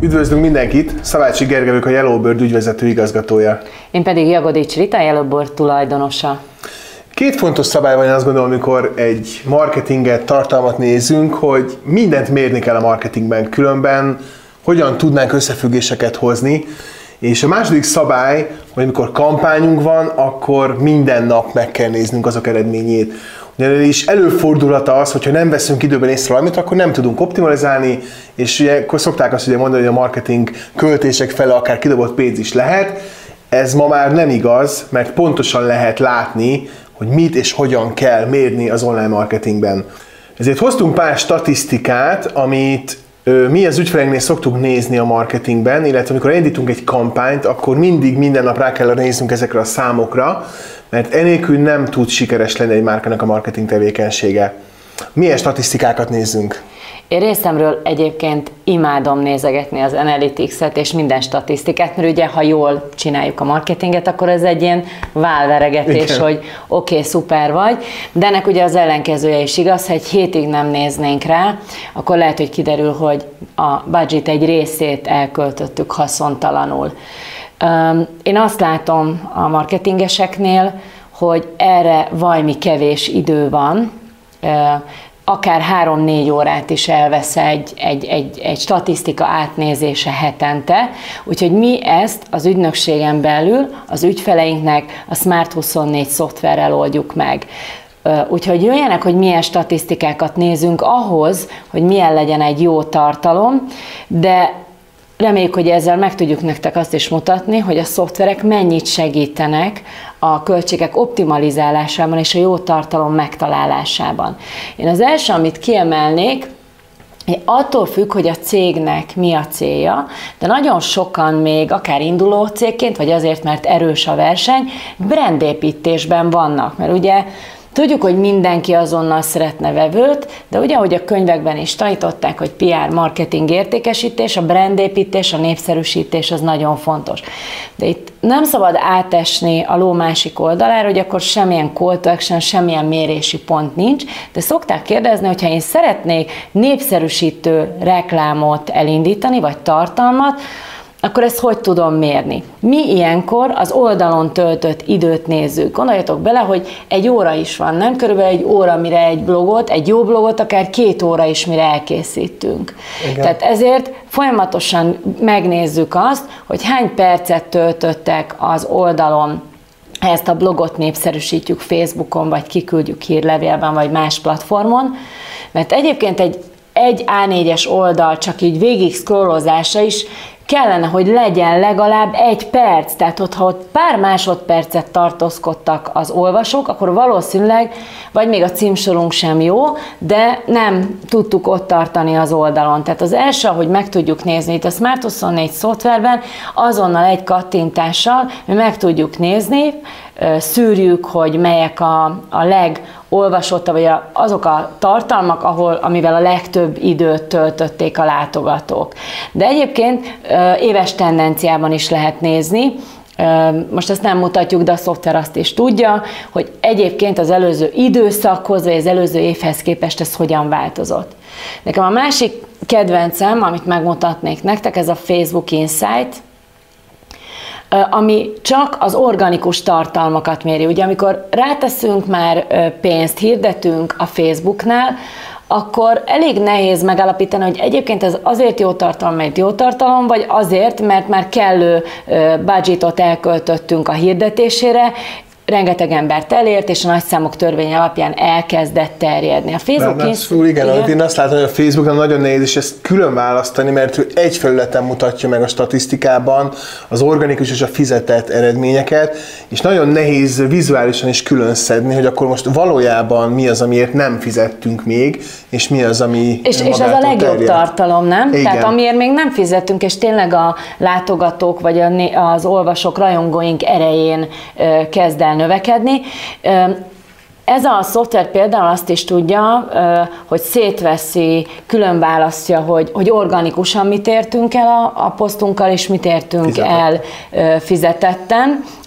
Üdvözlünk mindenkit! Szabácsi Gergely a Yellowbird ügyvezető igazgatója. Én pedig Jagodics Rita, Yellowbird tulajdonosa. Két fontos szabály van, azt gondolom, amikor egy marketinget, tartalmat nézünk, hogy mindent mérni kell a marketingben, különben hogyan tudnánk összefüggéseket hozni. És a második szabály, hogy amikor kampányunk van, akkor minden nap meg kell néznünk azok eredményét. Ugyanis előfordulhat az, hogyha nem veszünk időben észre valamit, akkor nem tudunk optimalizálni, és ugye akkor szokták azt mondani, hogy a marketing költések fele akár kidobott pénz is lehet. Ez ma már nem igaz, mert pontosan lehet látni, hogy mit és hogyan kell mérni az online marketingben. Ezért hoztunk pár statisztikát, amit mi az ügyfeleinknél szoktuk nézni a marketingben, illetve amikor indítunk egy kampányt, akkor mindig minden nap rá kell néznünk ezekre a számokra, mert enélkül nem tud sikeres lenni egy márkának a marketing tevékenysége. Milyen statisztikákat nézzünk? Én részemről egyébként imádom nézegetni az Analytics-et és minden statisztikát, mert ugye ha jól csináljuk a marketinget, akkor ez egy ilyen válveregetés, hogy oké, szuper vagy, de ennek ugye az ellenkezője is igaz, ha egy hétig nem néznénk rá, akkor lehet, hogy kiderül, hogy a budget egy részét elköltöttük haszontalanul. Én azt látom a marketingeseknél, hogy erre valami kevés idő van, akár 3-4 órát is elvesz egy statisztika átnézése hetente, úgyhogy mi ezt az ügynökségen belül az ügyfeleinknek a Smart24 szoftverrel oldjuk meg. Úgyhogy jöjjenek, hogy milyen statisztikákat nézünk ahhoz, hogy milyen legyen egy jó tartalom, de reméljük, hogy ezzel meg tudjuk nektek azt is mutatni, hogy a szoftverek mennyit segítenek a költségek optimalizálásában és a jó tartalom megtalálásában. Én az első, amit kiemelnék, attól függ, hogy a cégnek mi a célja, de nagyon sokan még akár induló cégként, vagy azért, mert erős a verseny, brandépítésben vannak, mert ugye tudjuk, hogy mindenki azonnal szeretne vevőt, de ugye, ahogy a könyvekben is tanították, hogy PR, marketing, értékesítés, a brandépítés, a népszerűsítés az nagyon fontos. De itt nem szabad átesni a ló másik oldalára, hogy akkor semmilyen call to action, semmilyen mérési pont nincs, de szokták kérdezni, hogyha én szeretnék népszerűsítő reklámot elindítani, vagy tartalmat, akkor ezt hogy tudom mérni? Mi ilyenkor az oldalon töltött időt nézzük. Gondoljatok bele, hogy 1 óra is van, nem? Körülbelül 1 óra, mire egy jó blogot, akár 2 óra is, mire elkészítünk. Igen. Tehát ezért folyamatosan megnézzük azt, hogy hány percet töltöttek az oldalon, ha ezt a blogot népszerűsítjük Facebookon, vagy kiküldjük hírlevélben, vagy más platformon, mert egyébként egy A4-es oldal csak így végig scrollozása is kellene, hogy legyen legalább 1 perc, tehát ha ott pár másodpercet tartózkodtak az olvasók, akkor valószínűleg, vagy még a címsorunk sem jó, de nem tudtuk ott tartani az oldalon. Tehát az első, hogy meg tudjuk nézni, itt a Smart24 szoftverben azonnal egy kattintással mi meg tudjuk nézni, szűrjük, hogy melyek a legolvasottabb, vagy azok a tartalmak, amivel a legtöbb időt töltötték a látogatók. De egyébként éves tendenciában is lehet nézni, most ezt nem mutatjuk, de a szoftver azt is tudja, hogy egyébként az előző időszakhoz, vagy az előző évhez képest ez hogyan változott. Nekem a másik kedvencem, amit megmutatnék nektek, ez a Facebook Insight, ami csak az organikus tartalmakat méri. Ugye amikor ráteszünk már pénzt, hirdetünk a Facebooknál, akkor elég nehéz megállapítani, hogy egyébként ez azért jó tartalom, mert jó tartalom, vagy azért, mert már kellő budgetot elköltöttünk a hirdetésére, rengeteg embert elért, és a nagyszámok törvény alapján elkezdett terjedni. A Facebook igen, én azt látom, hogy a Facebookon nagyon nehéz is ezt külön választani, mert ő egy felületen mutatja meg a statisztikában az organikus és a fizetett eredményeket, és nagyon nehéz vizuálisan is külön szedni, hogy akkor most valójában mi az, amiért nem fizettünk még, és mi az, ami és az a legjobb terjed. Tartalom, nem? Igen. Tehát amiért még nem fizettünk, és tényleg a látogatók, vagy az olvasók, rajongóink erején kezd el növekedni. Ez a szoftver például azt is tudja, hogy szétveszi, külön választja, hogy organikusan mit értünk el a posztunkkal, és mit értünk el fizetetten,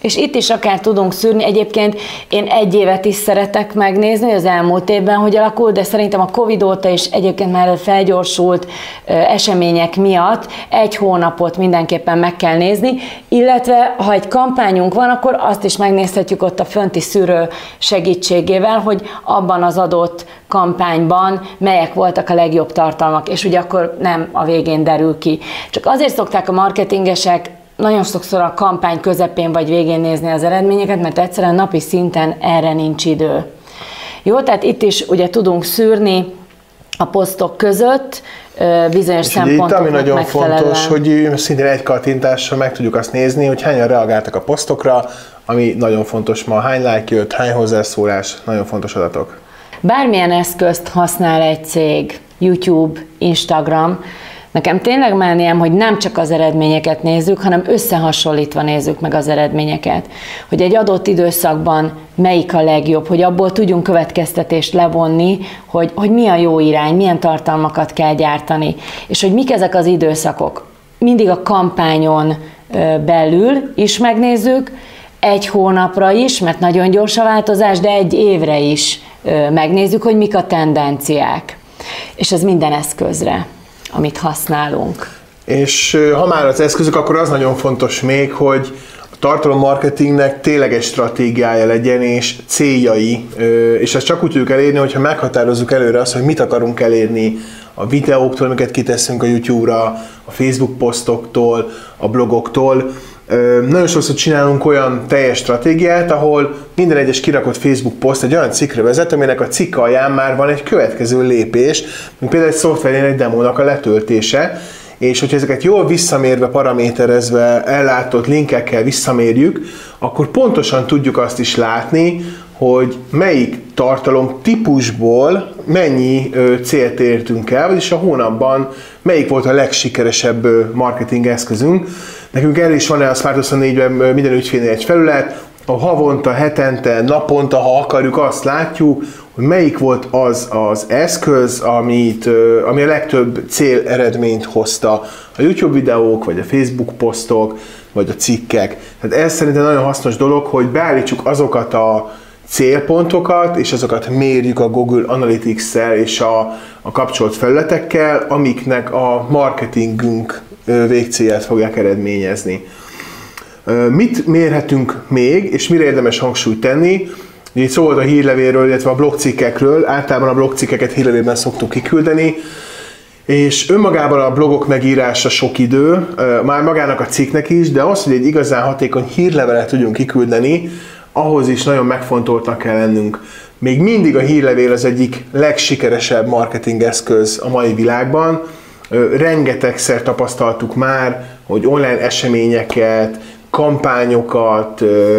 És itt is akár tudunk szűrni. Egyébként én 1 évet is szeretek megnézni, az elmúlt évben hogy alakult, de szerintem a Covid óta is egyébként már felgyorsult események miatt 1 hónapot mindenképpen meg kell nézni, illetve ha egy kampányunk van, akkor azt is megnézhetjük ott a fönti szűrő segítségével, hogy abban az adott kampányban melyek voltak a legjobb tartalmak, és ugye akkor nem a végén derül ki. Csak azért szokták a marketingesek nagyon sokszor a kampány közepén vagy végén nézni az eredményeket, mert egyszerűen napi szinten erre nincs idő. Jó, tehát itt is ugye tudunk szűrni a posztok között bizonyos szempontoknak megfelelően. Itt, ami nagyon fontos, hogy szintén egy kattintással meg tudjuk azt nézni, hogy hányan reagáltak a posztokra, ami nagyon fontos ma, hány like jött, hány hozzászólás, nagyon fontos adatok. Bármilyen eszközt használ egy cég, YouTube, Instagram, nekem tényleg mennem, hogy nem csak az eredményeket nézzük, hanem összehasonlítva nézzük meg az eredményeket. Hogy egy adott időszakban melyik a legjobb, hogy abból tudjunk következtetést levonni, hogy mi a jó irány, milyen tartalmakat kell gyártani, és hogy mik ezek az időszakok. Mindig a kampányon belül is megnézzük, 1 hónapra is, mert nagyon gyors a változás, de 1 évre is megnézzük, hogy mik a tendenciák. És ez minden eszközre, amit használunk. És ha már az eszközök, akkor az nagyon fontos még, hogy a tartalommarketingnek tényleges stratégiája legyen, és céljai, és ezt csak úgy tudjuk elérni, hogyha meghatározzuk előre azt, hogy mit akarunk elérni a videóktól, amiket kiteszünk a YouTube-ra, a Facebook posztoktól, a blogoktól. Nagyon sokszor csinálunk olyan teljes stratégiát, ahol minden egyes kirakott Facebook poszt egy olyan cikkre vezet, aminek a cikk alján már van egy következő lépés, mint például egy szoftverén egy demónak a letöltése, és hogyha ezeket jól visszamérve, paraméterezve, ellátott linkekkel visszamérjük, akkor pontosan tudjuk azt is látni, hogy melyik tartalom típusból mennyi célt értünk el, vagyis a hónapban melyik volt a legsikeresebb marketing eszközünk. Nekünk erre is van a Smart24-ben minden ügyfélnél egy felület, a havonta, hetente, naponta, ha akarjuk, azt látjuk, hogy melyik volt az az eszköz, ami a legtöbb cél eredményt hozta. A YouTube videók, vagy a Facebook posztok, vagy a cikkek. Tehát ez szerintem nagyon hasznos dolog, hogy beállítsuk azokat a célpontokat, és azokat mérjük a Google Analytics-szel és a kapcsolt felületekkel, amiknek a marketingünk végcélját fogják eredményezni. Mit mérhetünk még, és mire érdemes hangsúlyt tenni? Itt szó volt a hírlevélről, illetve a blogcikkekről. Általában a blogcikkeket hírlevélben szoktuk kiküldeni, és önmagában a blogok megírása sok idő, már magának a cikknek is, de az, hogy egy igazán hatékony hírlevelet tudjunk kiküldeni, ahhoz is nagyon megfontoltnak kell lennünk. Még mindig a hírlevél az egyik legsikeresebb marketingeszköz a mai világban. Rengetegszer tapasztaltuk már, hogy online eseményeket, kampányokat,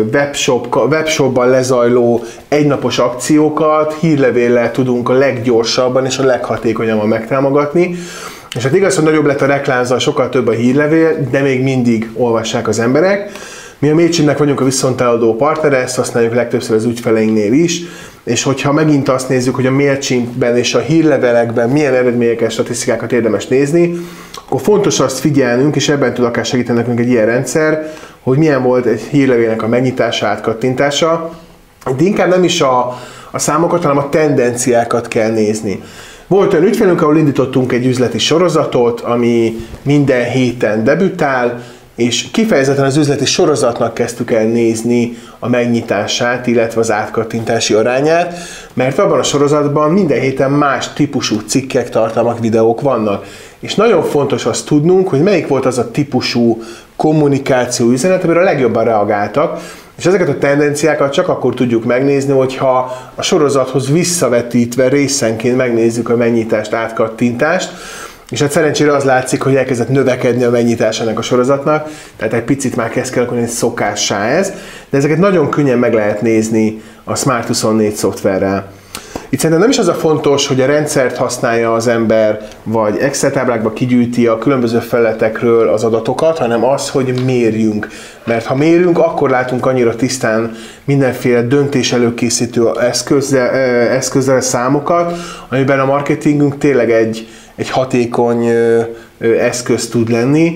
webshopban lezajló egynapos akciókat hírlevéllel tudunk a leggyorsabban és a leghatékonyabban megtámogatni. És hát igaz, hogy nagyobb lett a reklámzal, sokkal több a hírlevél, de még mindig olvassák az emberek. Mi a Mailchimpnek vagyunk a viszonteladó partnere, ezt használjuk legtöbbször az ügyfeleinknél is, és hogyha megint azt nézzük, hogy a Mailchimpben és a hírlevelekben milyen eredményeket, statisztikákat érdemes nézni, akkor fontos azt figyelnünk, és ebben tud akár segíteni nekünk egy ilyen rendszer, hogy milyen volt egy hírlevélnek a megnyitása, átkattintása. De inkább nem is a számokat, hanem a tendenciákat kell nézni. Volt olyan ügyfelünk, ahol indítottunk egy üzleti sorozatot, ami minden héten debütál, és kifejezetten az üzleti sorozatnak kezdtük el nézni a megnyitását, illetve az átkattintási arányát, mert abban a sorozatban minden héten más típusú cikkek, tartalmak, videók vannak. És nagyon fontos azt tudnunk, hogy melyik volt az a típusú kommunikáció üzenet, amire a legjobban reagáltak, és ezeket a tendenciákat csak akkor tudjuk megnézni, hogyha a sorozathoz visszavetítve részenként megnézzük a megnyitást, átkattintást, és hát szerencsére az látszik, hogy elkezdett növekedni a megnyitás ennek a sorozatnak, tehát egy picit már kezd kialakulni egy szokássá ez, de ezeket nagyon könnyen meg lehet nézni a Smart24 szoftverrel. Itt szerintem nem is az a fontos, hogy a rendszert használja az ember, vagy Excel táblákba kigyűjti a különböző felületekről az adatokat, hanem az, hogy mérjünk. Mert ha mérünk, akkor látunk annyira tisztán mindenféle döntés előkészítő eszközzel számokat, amiben a marketingünk tényleg egy hatékony eszköz tud lenni,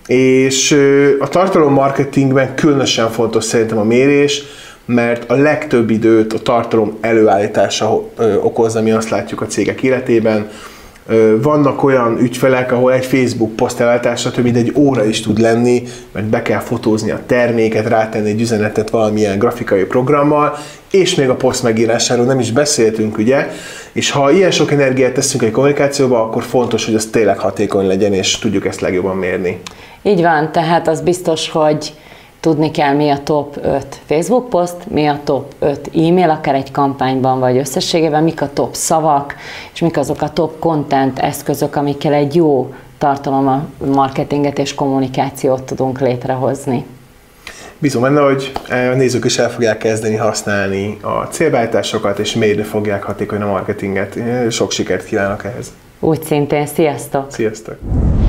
És a tartalommarketingben különösen fontos szerintem a mérés, mert a legtöbb időt a tartalom előállítása okozza, mi azt látjuk a cégek életében. Vannak olyan ügyfelek, ahol egy Facebook poszt elállítása több mint egy óra is tud lenni, mert be kell fotózni a terméket, rátenni egy üzenetet valamilyen grafikai programmal, és még a poszt megírásáról nem is beszéltünk, ugye? És ha ilyen sok energiát teszünk egy kommunikációba, akkor fontos, hogy az tényleg hatékony legyen, és tudjuk ezt legjobban mérni. Így van, tehát az biztos, hogy tudni kell, mi a top 5 Facebook poszt, mi a top 5 e-mail, akár egy kampányban vagy összességében, mik a top szavak, és mik azok a top content eszközök, amikkel egy jó tartalommarketinget és kommunikációt tudunk létrehozni. Bízom benne, hogy a nézők is el fogják kezdeni használni a célbeállításokat, és mérni fogják hatékony a marketinget. Sok sikert kívánok ehhez! Úgy szintén, sziasztok! Sziasztok!